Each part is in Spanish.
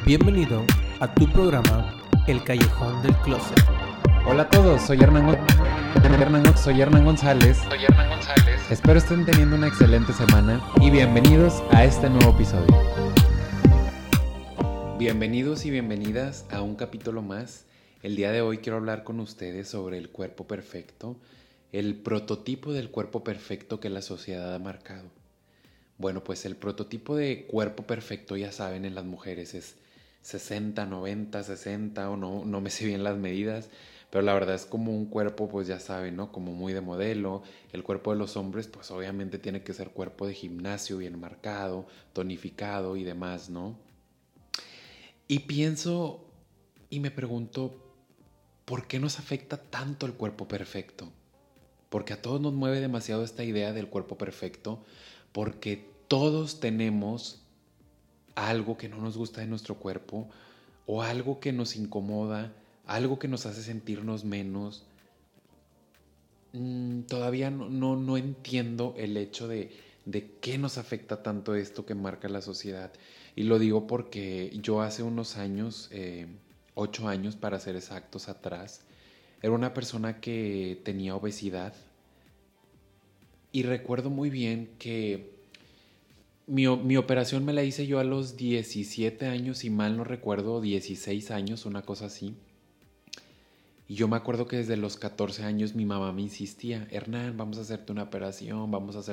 Bienvenido a tu programa El Callejón del Closet. Hola a todos, soy Hernán González. Espero estén teniendo una excelente semana y bienvenidos a este nuevo episodio. Bienvenidos y bienvenidas a un capítulo más. El día de hoy quiero hablar con ustedes sobre el cuerpo perfecto, el prototipo del cuerpo perfecto que la sociedad ha marcado. Bueno, pues el prototipo de cuerpo perfecto, ya saben, en las mujeres es 60, 90, 60 o no me sé bien las medidas, pero la verdad es como un cuerpo, pues ya saben, ¿no? Como muy de modelo. El cuerpo de los hombres, pues obviamente tiene que ser cuerpo de gimnasio, bien marcado, tonificado y demás, ¿no? Y pienso y me pregunto, ¿por qué nos afecta tanto el cuerpo perfecto? Porque a todos nos mueve demasiado esta idea del cuerpo perfecto, porque todos tenemos algo que no nos gusta de nuestro cuerpo o algo que nos incomoda, algo que nos hace sentirnos menos. Todavía no entiendo el hecho de qué nos afecta tanto esto que marca la sociedad. Y lo digo porque yo hace unos años, 8 años para ser exactos atrás, era una persona que tenía obesidad y recuerdo muy bien que mi operación me la hice yo a los 17 años, si mal no recuerdo, 16 años, una cosa así. Y yo me acuerdo que desde los 14 años mi mamá me insistía, Hernán, vamos a hacerte una operación,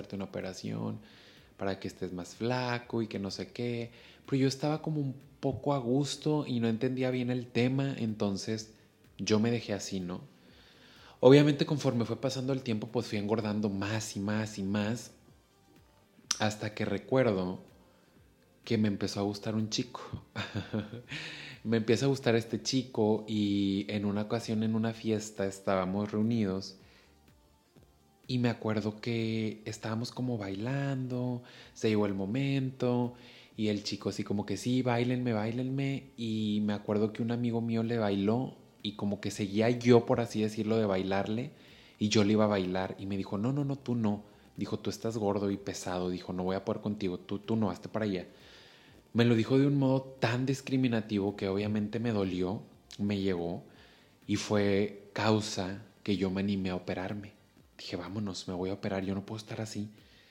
para que estés más flaco y que no sé qué. Pero yo estaba como un poco a gusto y no entendía bien el tema, entonces yo me dejé así, ¿no? Obviamente conforme fue pasando el tiempo, pues fui engordando más y más y más, hasta que recuerdo que me empezó a gustar un chico. Me empieza a gustar este chico y en una ocasión en una fiesta estábamos reunidos y me acuerdo que estábamos como bailando, se llegó el momento y el chico así como que sí, báilenme y me acuerdo que un amigo mío le bailó y como que seguía yo, por así decirlo, de bailarle y yo le iba a bailar y me dijo, no, tú no. Dijo, tú estás gordo y pesado. Dijo, no voy a poder contigo, tú no, hazte para allá. Me lo dijo de un modo tan discriminativo que obviamente me dolió, me llegó y fue causa que yo me animé a operarme. Dije, vámonos, me voy a operar, yo no puedo estar así.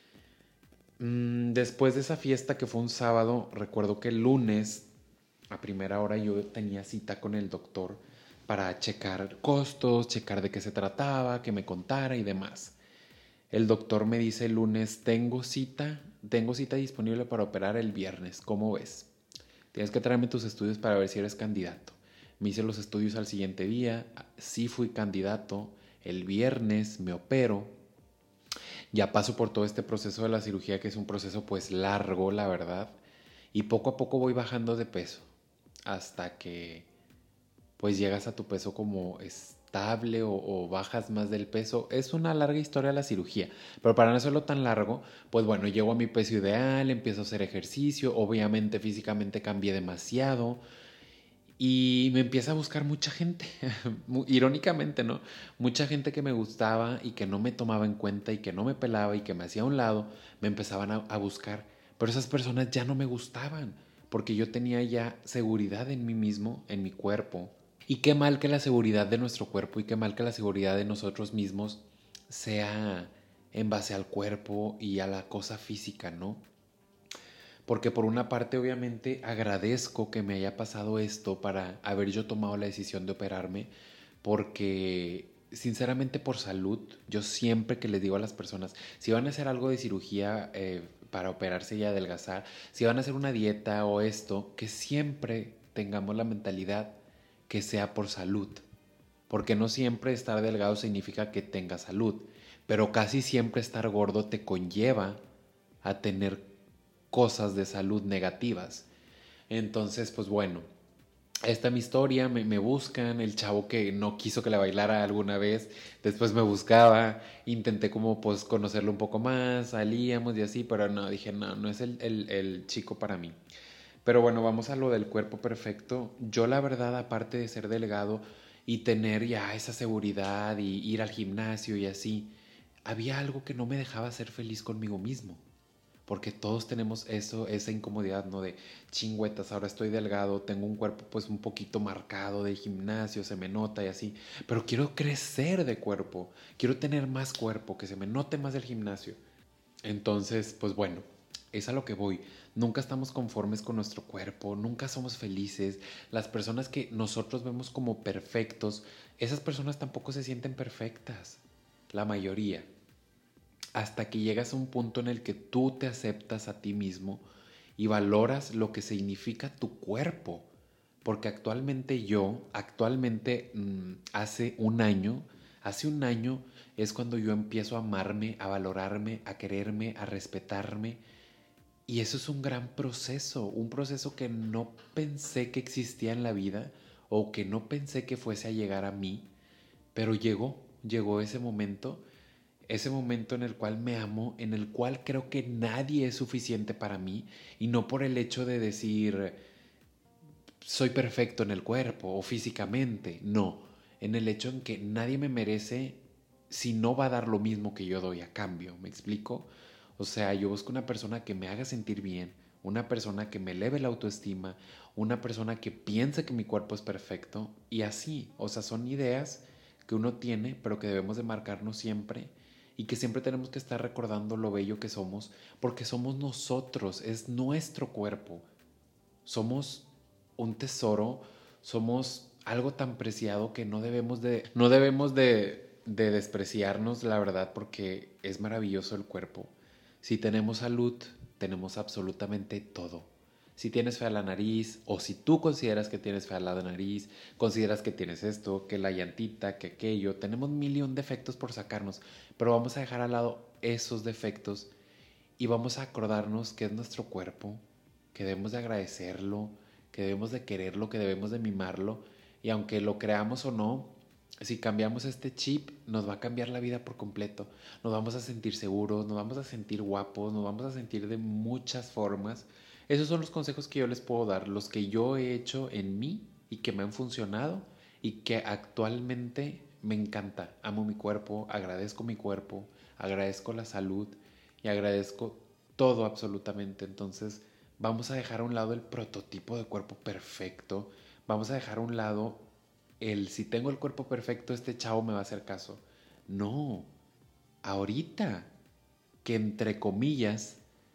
Después de esa fiesta que fue un sábado, recuerdo que el lunes a primera hora yo tenía cita con el doctor para checar costos, checar de qué se trataba, que me contara y demás. El doctor me dice el lunes, tengo cita disponible para operar el viernes, ¿cómo ves? Tienes que traerme tus estudios para ver si eres candidato. Me hice los estudios al siguiente día, sí fui candidato, el viernes me opero, ya paso por todo este proceso de la cirugía que es un proceso pues largo, la verdad, y poco a poco voy bajando de peso hasta que pues llegas a tu peso como estable o bajas más del peso. Es una larga historia la cirugía, pero para no hacerlo tan largo, pues bueno, llego a mi peso ideal, empiezo a hacer ejercicio, obviamente físicamente cambié demasiado y me empieza a buscar mucha gente, irónicamente, ¿no? Mucha gente que me gustaba y que no me tomaba en cuenta y que no me pelaba y que me hacía a un lado, me empezaban a buscar, pero esas personas ya no me gustaban porque yo tenía ya seguridad en mí mismo, en mi cuerpo. Y qué mal que la seguridad de nuestro cuerpo y qué mal que la seguridad de nosotros mismos sea en base al cuerpo y a la cosa física, ¿no? Porque por una parte obviamente agradezco que me haya pasado esto para haber yo tomado la decisión de operarme, porque sinceramente por salud, yo siempre que les digo a las personas, si van a hacer algo de cirugía para operarse y adelgazar, si van a hacer una dieta o esto, que siempre tengamos la mentalidad que sea por salud. Porque no siempre estar delgado significa que tengas salud, pero casi siempre estar gordo te conlleva a tener cosas de salud negativas. Entonces, pues bueno, esta es mi historia, me buscan, el chavo que no quiso que le bailara alguna vez, después me buscaba, intenté como pues conocerlo un poco más, salíamos y así, pero no, dije no es el chico para mí. Pero bueno, vamos a lo del cuerpo perfecto. Yo la verdad, aparte de ser delgado y tener ya esa seguridad y ir al gimnasio y así, había algo que no me dejaba ser feliz conmigo mismo. porque todos tenemos eso, esa incomodidad, ¿no? De chingüetas, ahora estoy delgado, tengo un cuerpo pues un poquito marcado de gimnasio, se me nota y así, pero quiero crecer de cuerpo, quiero tener más cuerpo, que se me note más el gimnasio. Entonces, pues bueno, es a lo que voy. Nunca estamos conformes con nuestro cuerpo, nunca somos felices. Las personas que nosotros vemos como perfectos, esas personas tampoco se sienten perfectas, la mayoría. Hasta que llegas a un punto en el que tú te aceptas a ti mismo y valoras lo que significa tu cuerpo. Porque actualmente hace un año es cuando yo empiezo a amarme, a valorarme, a quererme, a respetarme. Y eso es un proceso que no pensé que existía en la vida o que no pensé que fuese a llegar a mí, pero llegó ese momento en el cual me amo, en el cual creo que nadie es suficiente para mí y no por el hecho de decir soy perfecto en el cuerpo o físicamente, no, en el hecho en que nadie me merece si no va a dar lo mismo que yo doy a cambio, ¿me explico? O sea, yo busco una persona que me haga sentir bien, una persona que me eleve la autoestima, una persona que piense que mi cuerpo es perfecto y así, o sea, son ideas que uno tiene, pero que debemos de marcarnos siempre y que siempre tenemos que estar recordando lo bello que somos, porque somos nosotros, es nuestro cuerpo, somos un tesoro, somos algo tan preciado que no debemos de despreciarnos, la verdad, porque es maravilloso el cuerpo. Si tenemos salud, tenemos absolutamente todo. Si tienes fea la nariz, o si tú consideras que tienes fea la nariz, consideras que tienes esto, que la llantita, que aquello, tenemos mil y un defectos por sacarnos, pero vamos a dejar al lado esos defectos y vamos a acordarnos que es nuestro cuerpo, que debemos de agradecerlo, que debemos de quererlo, que debemos de mimarlo. Y aunque lo creamos o no, si cambiamos este chip, nos va a cambiar la vida por completo. Nos vamos a sentir seguros, nos vamos a sentir guapos, nos vamos a sentir de muchas formas. Esos son los consejos que yo les puedo dar, los que yo he hecho en mí y que me han funcionado y que actualmente me encanta. Amo mi cuerpo, agradezco la salud y agradezco todo absolutamente. Entonces vamos a dejar a un lado el prototipo de cuerpo perfecto, vamos a dejar a un lado el si tengo el cuerpo perfecto este chavo me va a hacer caso. No, ahorita que entre comillas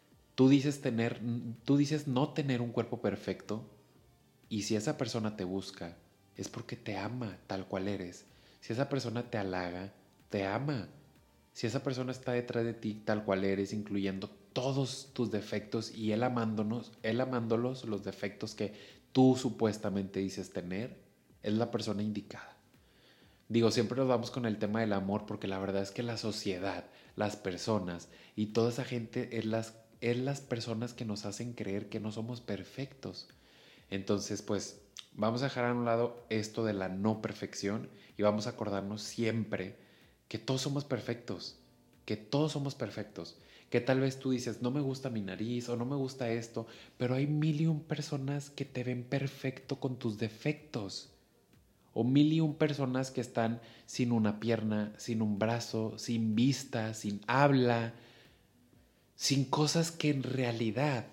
tú dices no tener un cuerpo perfecto y si esa persona te busca es porque te ama tal cual eres. Si esa persona te halaga, te ama. Si esa persona está detrás de ti tal cual eres, incluyendo todos tus defectos y él amándolos, los defectos que tú supuestamente dices tener, es la persona indicada. Digo, siempre nos vamos con el tema del amor porque la verdad es que la sociedad, las personas y toda esa gente es las personas que nos hacen creer que no somos perfectos. Entonces, pues vamos a dejar a un lado esto de la no perfección y vamos a acordarnos siempre que todos somos perfectos, que todos somos perfectos, que tal vez tú dices, no me gusta mi nariz o no me gusta esto, pero hay mil y un personas que te ven perfecto con tus defectos. O mil y un personas que están sin una pierna, sin un brazo, sin vista, sin habla, sin cosas que en realidad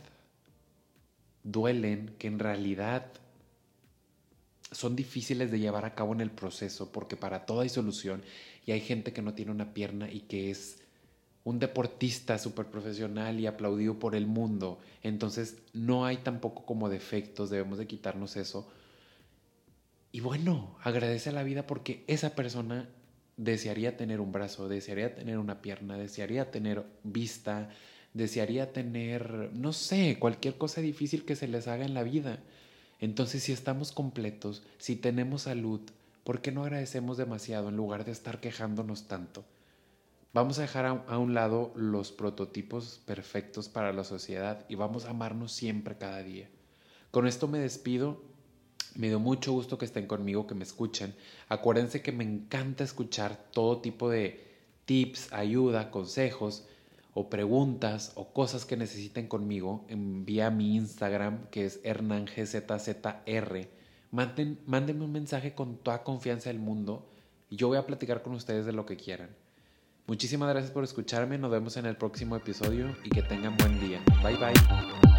duelen, que en realidad son difíciles de llevar a cabo en el proceso, porque para todo hay solución y hay gente que no tiene una pierna y que es un deportista súper profesional y aplaudido por el mundo. Entonces no hay tampoco como defectos, debemos de quitarnos eso. Y bueno, agradece a la vida porque esa persona desearía tener un brazo, desearía tener una pierna, desearía tener vista, desearía tener, no sé, cualquier cosa difícil que se les haga en la vida. Entonces, si estamos completos, si tenemos salud, ¿por qué no agradecemos demasiado en lugar de estar quejándonos tanto? Vamos a dejar a un lado los prototipos perfectos para la sociedad y vamos a amarnos siempre cada día. Con esto me despido. Me dio mucho gusto que estén conmigo, que me escuchen. Acuérdense que me encanta escuchar todo tipo de tips, ayuda, consejos o preguntas o cosas que necesiten conmigo. Envía a mi Instagram que es HernanGZZR. Mándenme un mensaje con toda confianza del mundo y yo voy a platicar con ustedes de lo que quieran. Muchísimas gracias por escucharme, nos vemos en el próximo episodio y que tengan buen día. Bye bye.